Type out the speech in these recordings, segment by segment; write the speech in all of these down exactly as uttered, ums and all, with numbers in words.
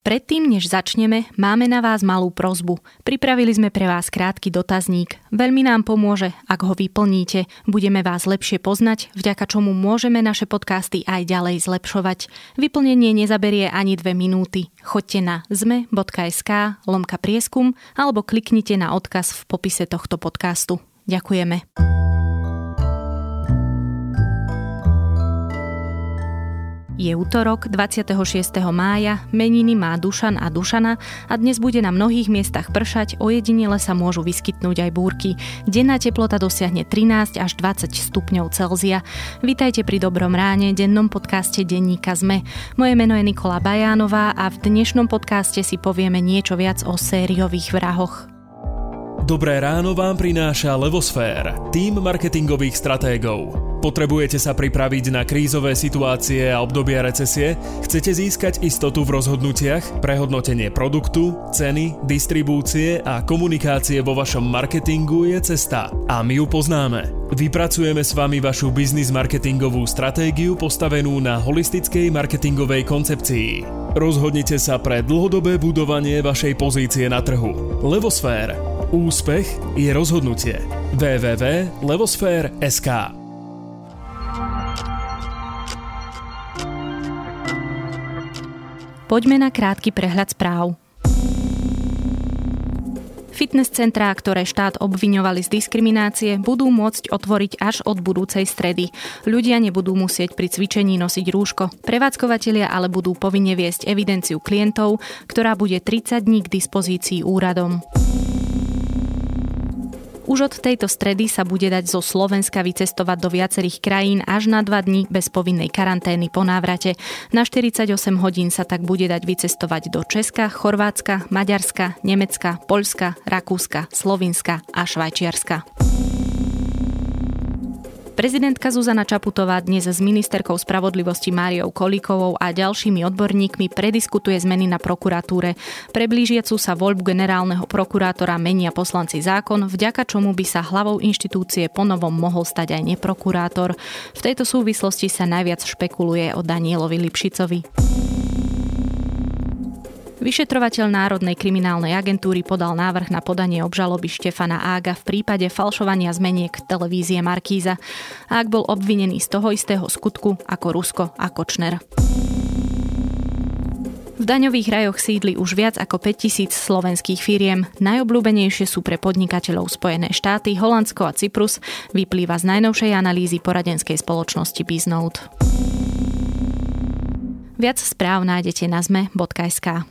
Predtým, než začneme, máme na vás malú prosbu. Pripravili sme pre vás krátky dotazník. Veľmi nám pomôže, ak ho vyplníte. Budeme vás lepšie poznať, vďaka čomu môžeme naše podcasty aj ďalej zlepšovať. Vyplnenie nezaberie ani dve minúty. Choďte na zme.sk lomka prieskum alebo kliknite na odkaz v popise tohto podcastu. Ďakujeme. Je útorok, dvadsiateho šiesteho mája, meniny má Dušan a Dušana a dnes bude na mnohých miestach pršať, ojedinele sa môžu vyskytnúť aj búrky. Denná teplota dosiahne trinásť až dvadsať stupňov Celzia. Vitajte pri Dobrom ráne, dennom podcaste denníka SME. Moje meno je Nikola Bajánová a v dnešnom podcaste si povieme niečo viac o sériových vrahoch. Dobré ráno vám prináša Levosfér, tím marketingových stratégov. Potrebujete sa pripraviť na krízové situácie a obdobia recesie? Chcete získať istotu v rozhodnutiach, prehodnotenie produktu, ceny, distribúcie a komunikácie vo vašom marketingu je cesta. A my ju poznáme. Vypracujeme s vami vašu biznis marketingovú stratégiu postavenú na holistickej marketingovej koncepcii. Rozhodnite sa pre dlhodobé budovanie vašej pozície na trhu. Levosfér. Úspech je rozhodnutie. w w w bodka levosfér bodka es ká Poďme na krátky prehľad správ. Fitness centrá, ktoré štát obviňovali z diskriminácie, budú môcť otvoriť až od budúcej stredy. Ľudia nebudú musieť pri cvičení nosiť rúško. Prevádzkovatelia ale budú povinne viesť evidenciu klientov, ktorá bude tridsať dní k dispozícii úradom. Už od tejto stredy sa bude dať zo Slovenska vycestovať do viacerých krajín až na dva dni bez povinnej karantény po návrate. Na štyridsaťosem hodín sa tak bude dať vycestovať do Česka, Chorvátska, Maďarska, Nemecka, Poľska, Rakúska, Slovinska a Švajčiarska. Prezidentka Zuzana Čaputová dnes s ministerkou spravodlivosti Máriou Kolíkovou a ďalšími odborníkmi prediskutuje zmeny na prokuratúre. Pre blížiacu sa voľbu generálneho prokurátora menia poslanci zákon, vďaka čomu by sa hlavou inštitúcie ponovom mohol stať aj neprokurátor. V tejto súvislosti sa najviac špekuluje o Danielovi Lipšicovi. Vyšetrovateľ Národnej kriminálnej agentúry podal návrh na podanie obžaloby Štefana Ága v prípade falšovania zmeniek televízie Markíza. Ák bol obvinený z toho istého skutku ako Rusko a Kočner. V daňových rajoch sídli už viac ako päťtisíc slovenských firiem. Najobľúbenejšie sú pre podnikateľov Spojené štáty, Holandsko a Cyprus, vyplýva z najnovšej analýzy poradenskej spoločnosti Biznote. Viac správ nájdete na zme bodka es ká.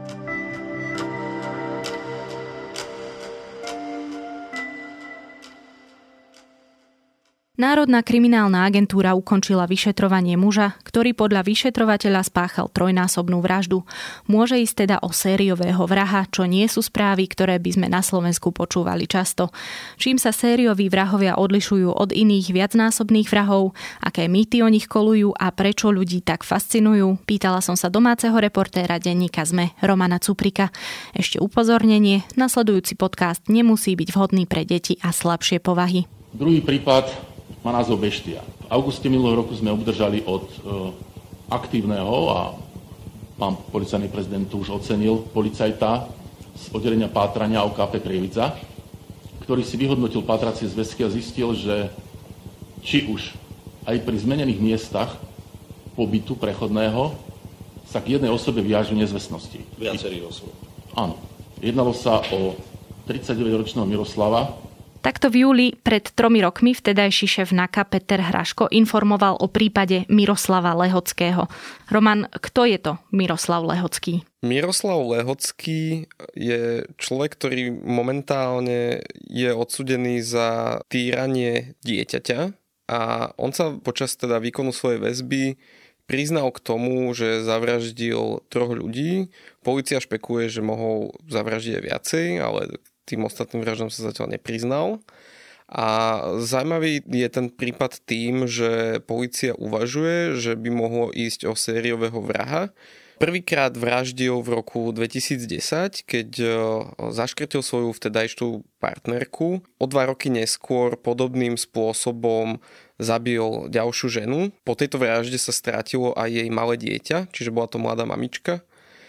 Národná kriminálna agentúra ukončila vyšetrovanie muža, ktorý podľa vyšetrovateľa spáchal trojnásobnú vraždu. Môže ísť teda o sériového vraha, čo nie sú správy, ktoré by sme na Slovensku počúvali často. Čím sa sérioví vrahovia odlišujú od iných viacnásobných vrahov, aké mýty o nich kolujú a prečo ľudí tak fascinujú, pýtala som sa domáceho reportéra denníka SME Romana Cuprika. Ešte upozornenie, nasledujúci podcast nemusí byť vhodný pre deti a slabšie povahy. Druhý prípad má názov Beštia. V auguste minulého roku sme obdržali od e, aktívneho a pán policajný prezident tu už ocenil policajta z oddelenia pátrania ó ká pé Prievidza, ktorý si vyhodnotil pátracie zväzky a zistil, že či už aj pri zmenených miestach pobytu prechodného sa k jednej osobe viažu nezvestnosti. Viacerých osôb. Áno. Jednalo sa o tridsaťdeväťročného Miroslava. Takto v júli pred tromi rokmi vtedajší šéf NAKA Peter Hraško informoval o prípade Miroslava Lehockého. Roman, kto je to Miroslav Lehocký? Miroslav Lehocký je človek, ktorý momentálne je odsúdený za týranie dieťaťa a on sa počas teda výkonu svojej väzby priznal k tomu, že zavraždil troch ľudí. Polícia špekuluje, že mohol zavraždiť aj viacej, ale tým ostatným vraždom sa zatiaľ nepriznal. A zaujímavý je ten prípad tým, že polícia uvažuje, že by mohlo ísť o sériového vraha. Prvýkrát vraždil v roku dvetisícdesať, keď zaškrtil svoju vtedajšiu partnerku. O dva roky neskôr podobným spôsobom zabil ďalšiu ženu. Po tejto vražde sa strátilo aj jej malé dieťa, čiže bola to mladá mamička.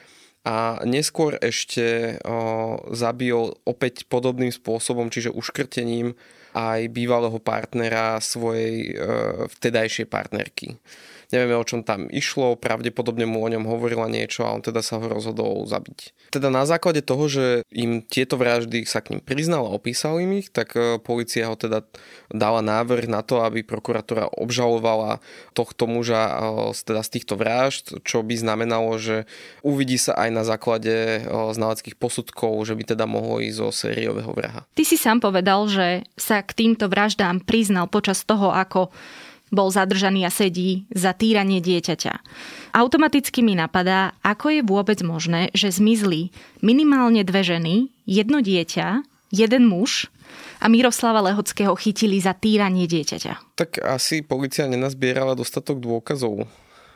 a neskôr ešte o, zabil opäť podobným spôsobom, čiže uškrtením aj bývalého partnera svojej e, vtedajšej partnerky. Nevieme, o čom tam išlo, pravdepodobne mu o ňom hovorila niečo a on teda sa ho rozhodol zabiť. Teda na základe toho, že im tieto vraždy sa k ním priznal a opísal im ich, tak polícia ho teda dala návrh na to, aby prokuratúra obžalovala tohto muža teda z týchto vražd, čo by znamenalo, že uvidí sa aj na základe znaleckých posudkov, že by teda mohlo ísť o sériového vraha. Ty si sám povedal, že sa k týmto vraždám priznal počas toho, ako bol zadržaný a sedí za týranie dieťaťa. Automaticky mi napadá, ako je vôbec možné, že zmizli minimálne dve ženy, jedno dieťa, jeden muž a Miroslava Lehockého chytili za týranie dieťaťa. Tak asi polícia nenazbierala dostatok dôkazov,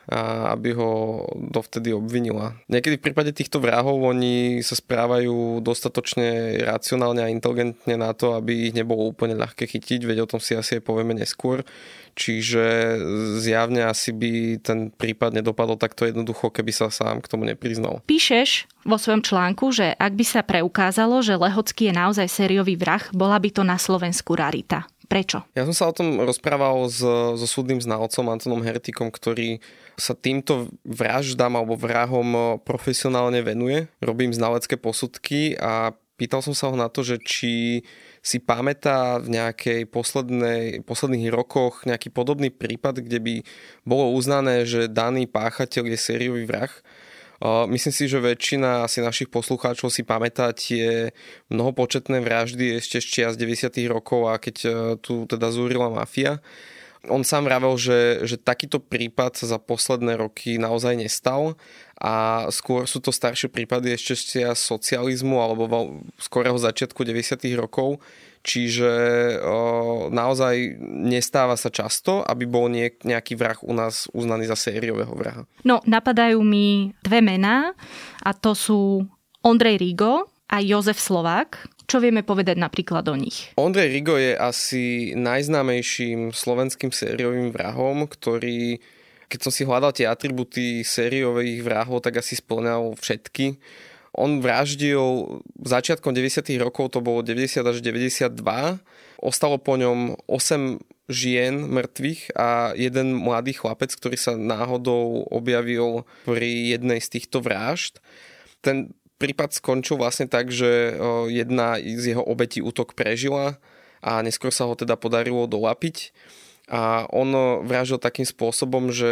a aby ho dovtedy obvinila. Niekedy v prípade týchto vrahov oni sa správajú dostatočne racionálne a inteligentne na to, aby ich nebolo úplne ľahké chytiť, veď o tom si asi aj povieme neskôr. Čiže zjavne asi by ten prípad nedopadol takto jednoducho, keby sa sám k tomu nepriznal. Píšeš vo svojom článku, že ak by sa preukázalo, že Lehocký je naozaj sériový vrah, bola by to na Slovensku rarita. Prečo? Ja som sa o tom rozprával so, so súdnym znalcom Antonom Hertikom, ktorý sa týmto vraždám alebo vrahom profesionálne venuje. Robím znalecké posudky a pýtal som sa ho na to, že či si pamätá v nejakej poslednej, posledných rokoch nejaký podobný prípad, kde by bolo uznané, že daný páchateľ je sériový vrah. Myslím si, že väčšina asi našich poslucháčov si pamätá tie mnohopočetné vraždy ešte z čias deväťdesiatych rokov a keď tu teda zúrila mafia. On sám vravel, že, že takýto prípad sa za posledné roky naozaj nestal a skôr sú to staršie prípady ešte z čias socializmu alebo skorého začiatku deväťdesiatych rokov. Čiže o, naozaj nestáva sa často, aby bol niek- nejaký vrah u nás uznaný za sériového vraha. No, napadajú mi dve mená a to sú Ondrej Rigo a Jozef Slovák. Čo vieme povedať napríklad o nich? Ondrej Rigo je asi najznámejším slovenským sériovým vrahom, ktorý, keď som si hľadal tie atributy sériových vrahov, tak asi spĺňal všetky. On vraždil začiatkom deväťdesiatych rokov, to bolo deväťdesiat až deväťdesiatdva. Ostalo po ňom osem žien mŕtvych a jeden mladý chlapec, ktorý sa náhodou objavil pri jednej z týchto vražd. Ten prípad skončil vlastne tak, že jedna z jeho obetí útok prežila a neskôr sa ho teda podarilo dolapiť. A on vraždil takým spôsobom, že,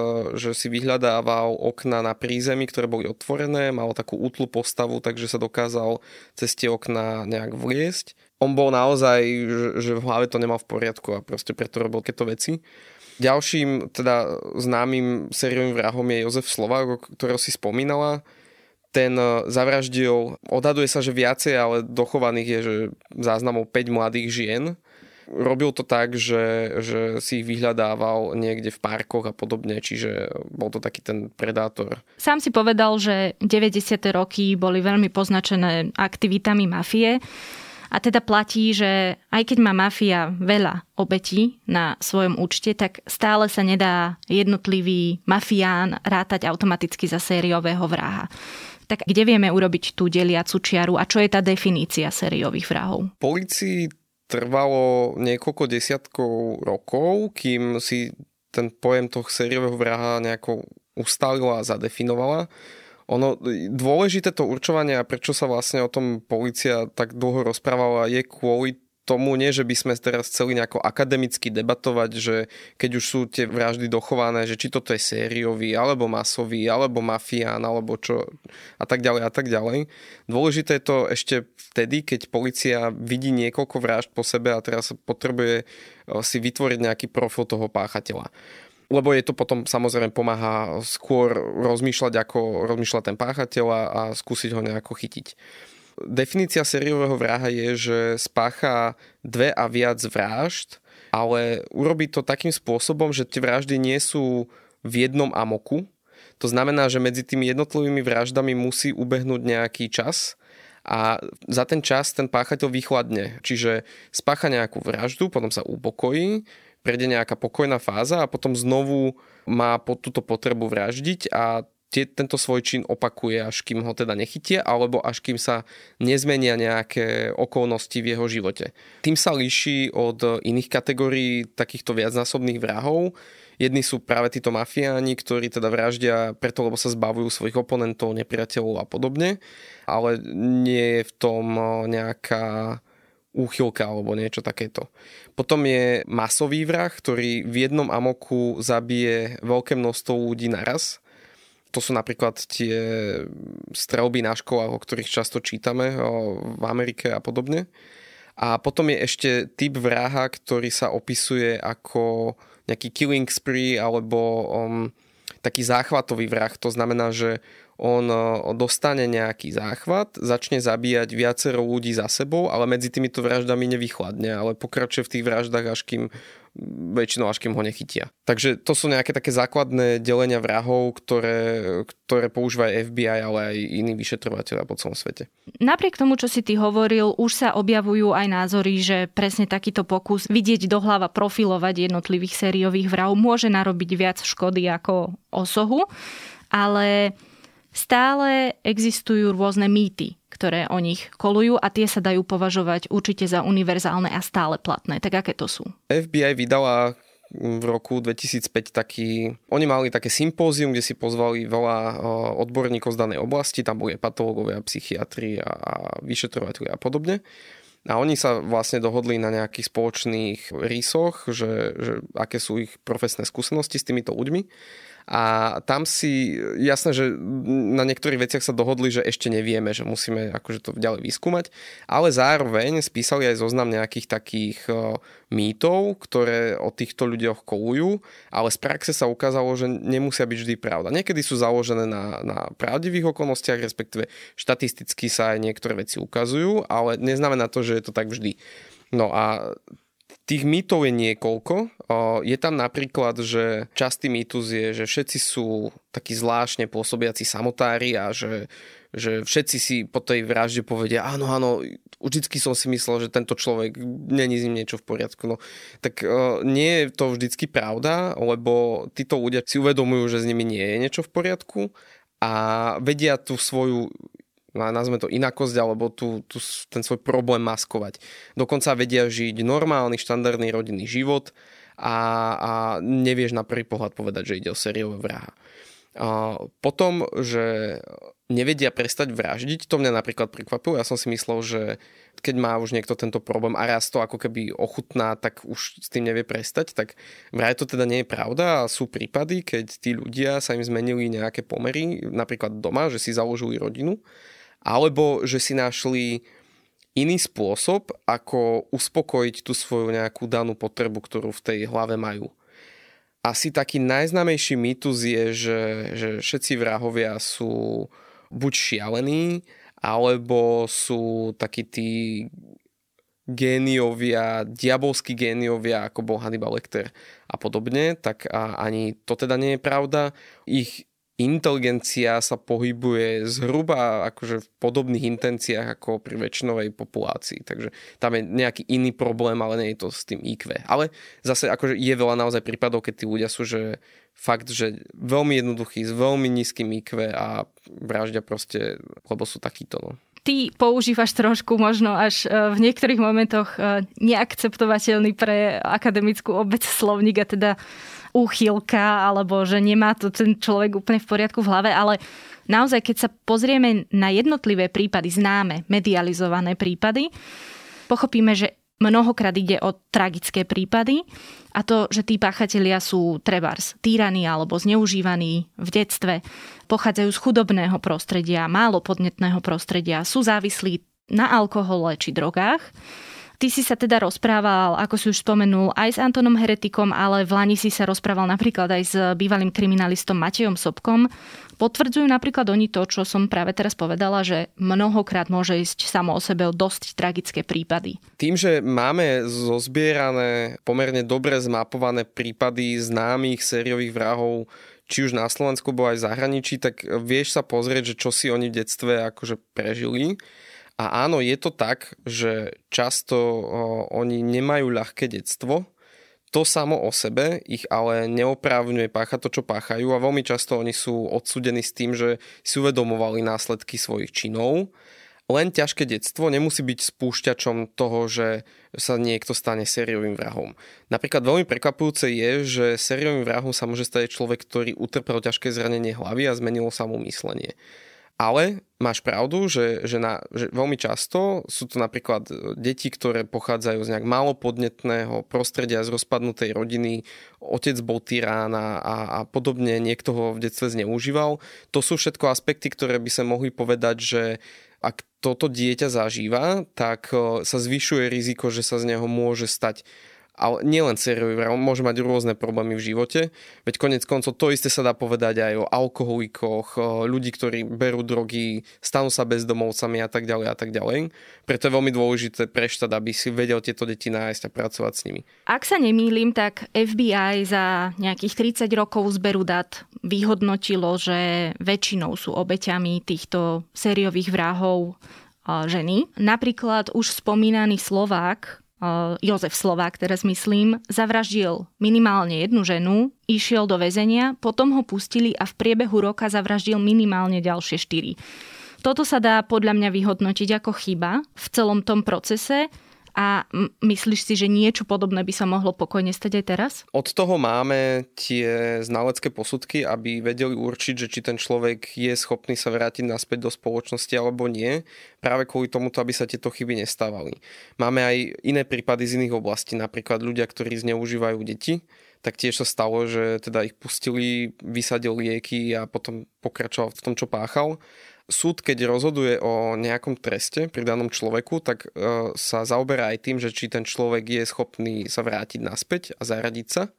že si vyhľadával okna na prízemí, ktoré boli otvorené, mal takú útlu postavu, takže sa dokázal cez tie okna nejak vliesť. On bol naozaj, že v hlave to nemal v poriadku a proste preto robil tieto veci. Ďalším teda známym sériovým vrahom je Jozef Slovák, ktorého si spomínala. Ten zavraždil, odhaduje sa, že viacej, ale dochovaných je, že záznamov päť mladých žien. Robil to tak, že, že si ich vyhľadával niekde v parkoch a podobne, čiže bol to taký ten predátor. Sám si povedal, že deväťdesiate roky boli veľmi poznačené aktivitami mafie a teda platí, že aj keď má mafia veľa obetí na svojom účte, tak stále sa nedá jednotlivý mafián rátať automaticky za sériového vraha. Tak kde vieme urobiť tú deliacu čiaru a čo je tá definícia sériových vrahov? Polícii trvalo niekoľko desiatkov rokov, kým si ten pojem toho sériového vraha nejako ustalila a zadefinovala. Ono, dôležité to určovanie a prečo sa vlastne o tom polícia tak dlho rozprávala je kvôli tomu, nie že by sme teraz chceli nejako akademicky debatovať, že keď už sú tie vraždy dochované, že či toto je sériový, alebo masový, alebo mafián, alebo čo a tak ďalej a tak ďalej. Dôležité je to ešte vtedy, keď polícia vidí niekoľko vražd po sebe a teraz potrebuje si vytvoriť nejaký profil toho páchateľa. Lebo je to potom samozrejme pomáha skôr rozmýšľať, ako rozmýšľa ten páchateľ a skúsiť ho nejako chytiť. Definícia sériového vraha je, že spácha dve a viac vražd, ale urobí to takým spôsobom, že tie vraždy nie sú v jednom amoku. To znamená, že medzi tými jednotlivými vraždami musí ubehnúť nejaký čas a za ten čas ten páchateľ vychladne. Čiže spácha nejakú vraždu, potom sa upokojí, prejde nejaká pokojná fáza a potom znovu má po túto potrebu vraždiť a tie, tento svoj čin opakuje, až kým ho teda nechytia, alebo až kým sa nezmenia nejaké okolnosti v jeho živote. Tým sa líši od iných kategórií takýchto viacnásobných vrahov. Jedni sú práve títo mafiáni, ktorí teda vraždia preto, lebo sa zbavujú svojich oponentov, nepriateľov a podobne, ale nie je v tom nejaká úchylka alebo niečo takéto. Potom je masový vrah, ktorý v jednom amoku zabije veľké množstvo ľudí naraz. To sú napríklad tie streľby na školách, o ktorých často čítame v Amerike a podobne. A potom je ešte typ vraha, ktorý sa opisuje ako nejaký killing spree alebo um, taký záchvatový vrah. To znamená, že on dostane nejaký záchvat, začne zabíjať viacero ľudí za sebou, ale medzi týmito vraždami nevychladne, ale pokračuje v tých vraždách, až kým väčšinou až kým ho nechytia. Takže to sú nejaké také základné delenia vrahov, ktoré, ktoré používa ef bí aj, ale aj iní vyšetrovateľia po celom svete. Napriek tomu, čo si ty hovoril, už sa objavujú aj názory, že presne takýto pokus vidieť do hlava, profilovať jednotlivých sériových vrahov môže narobiť viac škody ako osohu, ale stále existujú rôzne mýty, ktoré o nich kolujú a tie sa dajú považovať určite za univerzálne a stále platné. Tak aké to sú? ef bí aj vydala v roku dvetisícpäť taký... Oni mali také sympózium, kde si pozvali veľa odborníkov z danej oblasti, tam boli patológovia, psychiatri a vyšetrovateľi a podobne. A oni sa vlastne dohodli na nejakých spoločných rysoch, že, že aké sú ich profesné skúsenosti s týmito ľuďmi. A tam si, jasné, že na niektorých veciach sa dohodli, že ešte nevieme, že musíme akože to ďalej vyskúmať, ale zároveň spísali aj zoznam nejakých takých mýtov, ktoré o týchto ľuďoch kolujú, ale z praxe sa ukázalo, že nemusia byť vždy pravda. Niekedy sú založené na, na pravdivých okolnostiach, respektíve štatisticky sa aj niektoré veci ukazujú, ale neznamená to, že je to tak vždy. No a tých mýtov je niekoľko. Je tam napríklad, že častý mýtus je, že všetci sú takí zvláštne pôsobiaci samotári a že, že všetci si po tej vražde povedia, áno, áno, vždycky som si myslel, že tento človek, není s ním niečo v poriadku. No, tak nie je to vždycky pravda, lebo títo ľudia si uvedomujú, že s nimi nie je niečo v poriadku a vedia tú svoju, nazveme to inakosť, alebo tú, tú, ten svoj problém maskovať. Dokonca vedia žiť normálny, štandardný rodinný život a, a nevieš na prvý pohľad povedať, že ide o sériového vraha. A potom, že nevedia prestať vraždiť, to mňa napríklad prekvapilo. Ja som si myslel, že keď má už niekto tento problém a raz to ako keby ochutná, tak už s tým nevie prestať, tak vraj to teda nie je pravda a sú prípady, keď tí ľudia sa im zmenili nejaké pomery, napríklad doma, že si založili rodinu, alebo že si našli iný spôsob, ako uspokojiť tú svoju nejakú danú potrebu, ktorú v tej hlave majú. Asi taký najznámejší mýtus je, že, že všetci vrahovia sú buď šialení, alebo sú takí tí géniovia, diabolskí géniovia, ako bol Hannibal Lecter a podobne, tak a ani to teda nie je pravda. Ich inteligencia sa pohybuje zhruba akože v podobných intenciách ako pri väčšinovej populácii. Takže tam je nejaký iný problém, ale nie je to s tým í kvé. Ale zase akože je veľa naozaj prípadov, keď tí ľudia sú, že fakt, že veľmi jednoduchý, s veľmi nízkym í kvé a vraždia proste, lebo sú takíto. No. Ty používaš trošku možno až v niektorých momentoch neakceptovateľný pre akademickú obec slovník a teda úchylka, alebo že nemá to ten človek úplne v poriadku v hlave, ale naozaj, keď sa pozrieme na jednotlivé prípady, známe, medializované prípady, pochopíme, že mnohokrát ide o tragické prípady a to, že tí páchatelia sú trebárs týraní alebo zneužívaní v detstve, pochádzajú z chudobného prostredia, málo podnetného prostredia, sú závislí na alkohole či drogách. Ty si sa teda rozprával, ako si už spomenul, aj s Antonom Heretikom, ale v Lani si sa rozprával napríklad aj s bývalým kriminalistom Matejom Sobkom. Potvrdzujú napríklad oni to, čo som práve teraz povedala, že mnohokrát môže ísť samo o sebe o dosť tragické prípady. Tým, že máme zozbierané pomerne dobre zmapované prípady známych sériových vrahov, či už na Slovensku, alebo aj v zahraničí, tak vieš sa pozrieť, že čo si oni v detstve akože prežili. A áno, je to tak, že často o, oni nemajú ľahké detstvo. To To samo o sebe ich ale neoprávňuje páchať to, čo páchajú a veľmi často oni sú odsúdení s tým, že si uvedomovali následky svojich činov. Len ťažké detstvo nemusí byť spúšťačom toho, že sa niekto stane sériovým vrahom. Napríklad veľmi prekvapujúce je, že sériovým vrahom sa môže stať človek, ktorý utrpel ťažké zranenie hlavy a zmenilo sa mu myslenie. Ale máš pravdu, že, že, na, že veľmi často sú to napríklad deti, ktoré pochádzajú z nejak málo podnetného prostredia, z rozpadnutej rodiny, otec bol tyrán a, a podobne, niekto ho v detstve zneužíval. To sú všetko aspekty, ktoré by sa mohli povedať, že ak toto dieťa zažíva, tak sa zvyšuje riziko, že sa z neho môže stať, ale nielen sériový vrah, on môže mať rôzne problémy v živote. Veď konec koncov to isté sa dá povedať aj o alkoholikoch, ľudí, ktorí berú drogy, stanú sa bezdomovcami a tak ďalej a tak ďalej. Preto je veľmi dôležité pre štát, aby si vedel tieto deti nájsť a pracovať s nimi. Ak sa nemýlim, tak ef bí aj za nejakých tridsať rokov zberu dát vyhodnotilo, že väčšinou sú obeťami týchto sériových vrahov ženy. Napríklad už spomínaný Slovák, Jozef Slovák, teraz myslím, zavraždil minimálne jednu ženu, išiel do väzenia, potom ho pustili a v priebehu roka zavraždil minimálne ďalšie štyri. Toto sa dá podľa mňa vyhodnotiť ako chyba v celom tom procese. A myslíš si, že niečo podobné by sa mohlo pokojne stať aj teraz? Od toho máme tie znalecké posudky, aby vedeli určiť, že či ten človek je schopný sa vrátiť naspäť do spoločnosti alebo nie. Práve kvôli tomuto, aby sa tieto chyby nestávali. Máme aj iné prípady z iných oblastí, napríklad ľudia, ktorí zneužívajú deti. Tak tiež sa stalo, že teda ich pustili, vysadil lieky a potom pokračoval v tom, čo páchal. Súd, keď rozhoduje o nejakom treste pri danom človeku, tak e, sa zaoberá aj tým, že či ten človek je schopný sa vrátiť naspäť a zaradiť sa.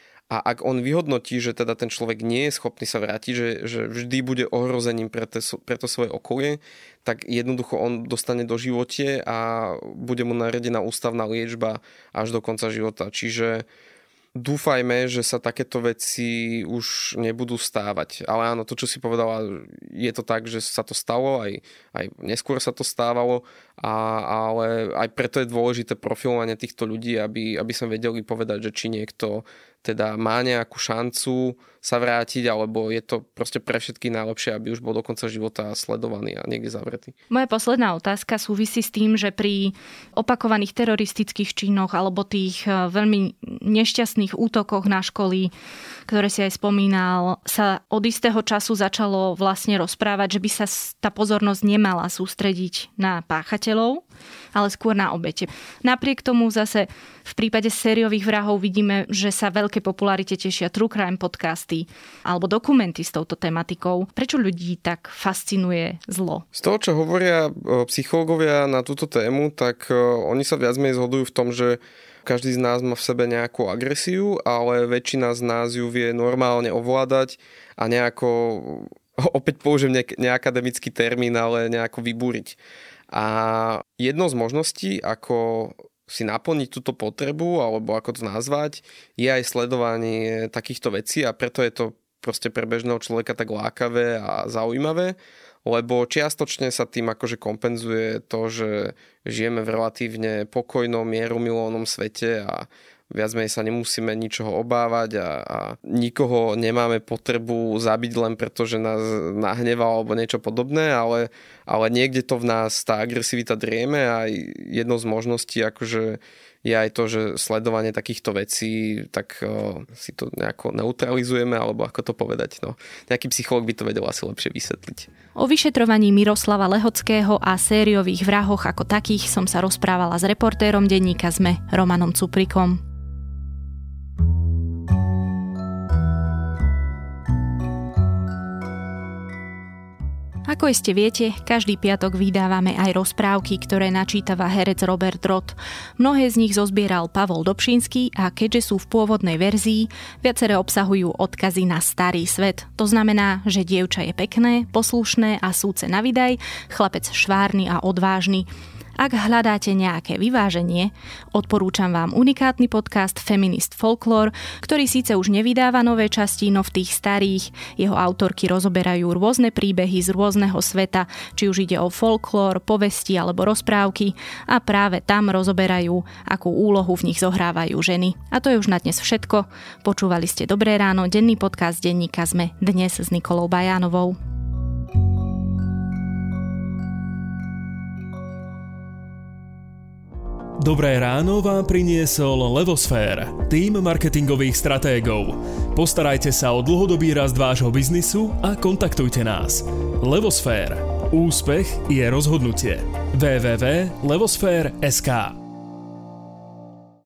A ak on vyhodnotí, že teda ten človek nie je schopný sa vrátiť, že, že vždy bude ohrozením pre, te, pre to svoje okolie, tak jednoducho on dostane do živote a bude mu naredená ústavná liečba až do konca života. Čiže dúfajme, že sa takéto veci už nebudú stávať. Ale áno, to, čo si povedala, je to tak, že sa to stalo, aj, aj neskôr sa to stávalo, a, ale aj preto je dôležité profilovanie týchto ľudí, aby, aby sme vedeli povedať, že či niekto teda má nejakú šancu sa vrátiť, alebo je to proste pre všetky najlepšie, aby už bol do konca života sledovaný a niekde zavretý. Moja posledná otázka súvisí s tým, že pri opakovaných teroristických činoch alebo tých veľmi nešťastných útokoch na školy, ktoré si aj spomínal, sa od istého času začalo vlastne rozprávať, že by sa tá pozornosť nemala sústrediť na páchateľov, ale skôr na obete. Napriek tomu zase v prípade sériových vrahov vidíme, že sa veľké popularite tešia true crime podcasty alebo dokumenty s touto tematikou. Prečo ľudí tak fascinuje zlo? Z toho, čo hovoria psychológovia na túto tému, tak oni sa viac menej zhodujú v tom, že každý z nás má v sebe nejakú agresiu, ale väčšina z nás ju vie normálne ovládať a nejako, opäť použijem neakademický termín, ale nejako vybúriť. A jednou z možností, ako si naplniť túto potrebu, alebo ako to nazvať, je aj sledovanie takýchto vecí a preto je to proste pre bežného človeka tak lákavé a zaujímavé, lebo čiastočne sa tým akože kompenzuje to, že žijeme v relatívne pokojnom, mierumilovnom svete a viac menej sa nemusíme ničoho obávať a, a nikoho nemáme potrebu zabiť len preto, že nás nahneval alebo niečo podobné, ale, ale niekde to v nás tá agresivita drieme a jednou z možností akože je aj to, že sledovanie takýchto vecí, tak o, si to nejako neutralizujeme, alebo ako to povedať. No. Nejaký psychológ by to vedel asi lepšie vysvetliť. O vyšetrovaní Miroslava Lehockého a sériových vrahoch ako takých som sa rozprávala s reportérom denníka es em e Romanom Cuprikom. Ako iste viete, každý piatok vydávame aj rozprávky, ktoré načítava herec Robert Roth. Mnohé z nich zozbieral Pavol Dobšinský a keďže sú v pôvodnej verzii, viaceré obsahujú odkazy na starý svet. To znamená, že dievča je pekné, poslušné a súce na vydaj, chlapec švárny a odvážny. Ak hľadáte nejaké vyváženie, odporúčam vám unikátny podcast Feminist Folklore, ktorý síce už nevydáva nové časti, no v tých starých jeho autorky rozoberajú rôzne príbehy z rôzneho sveta, či už ide o folklór, povesti alebo rozprávky, a práve tam rozoberajú, akú úlohu v nich zohrávajú ženy. A to je už na dnes všetko. Počúvali ste Dobré ráno, denný podcast denníka SME, dnes s Nikolou Bajánovou. Dobré ráno vám priniesol Levosfér, tím marketingových stratégov. Postarajte sa o dlhodobý rast vášho biznisu a kontaktujte nás. Levosfér. Úspech je rozhodnutie. w w w bodka levosfér bodka es ká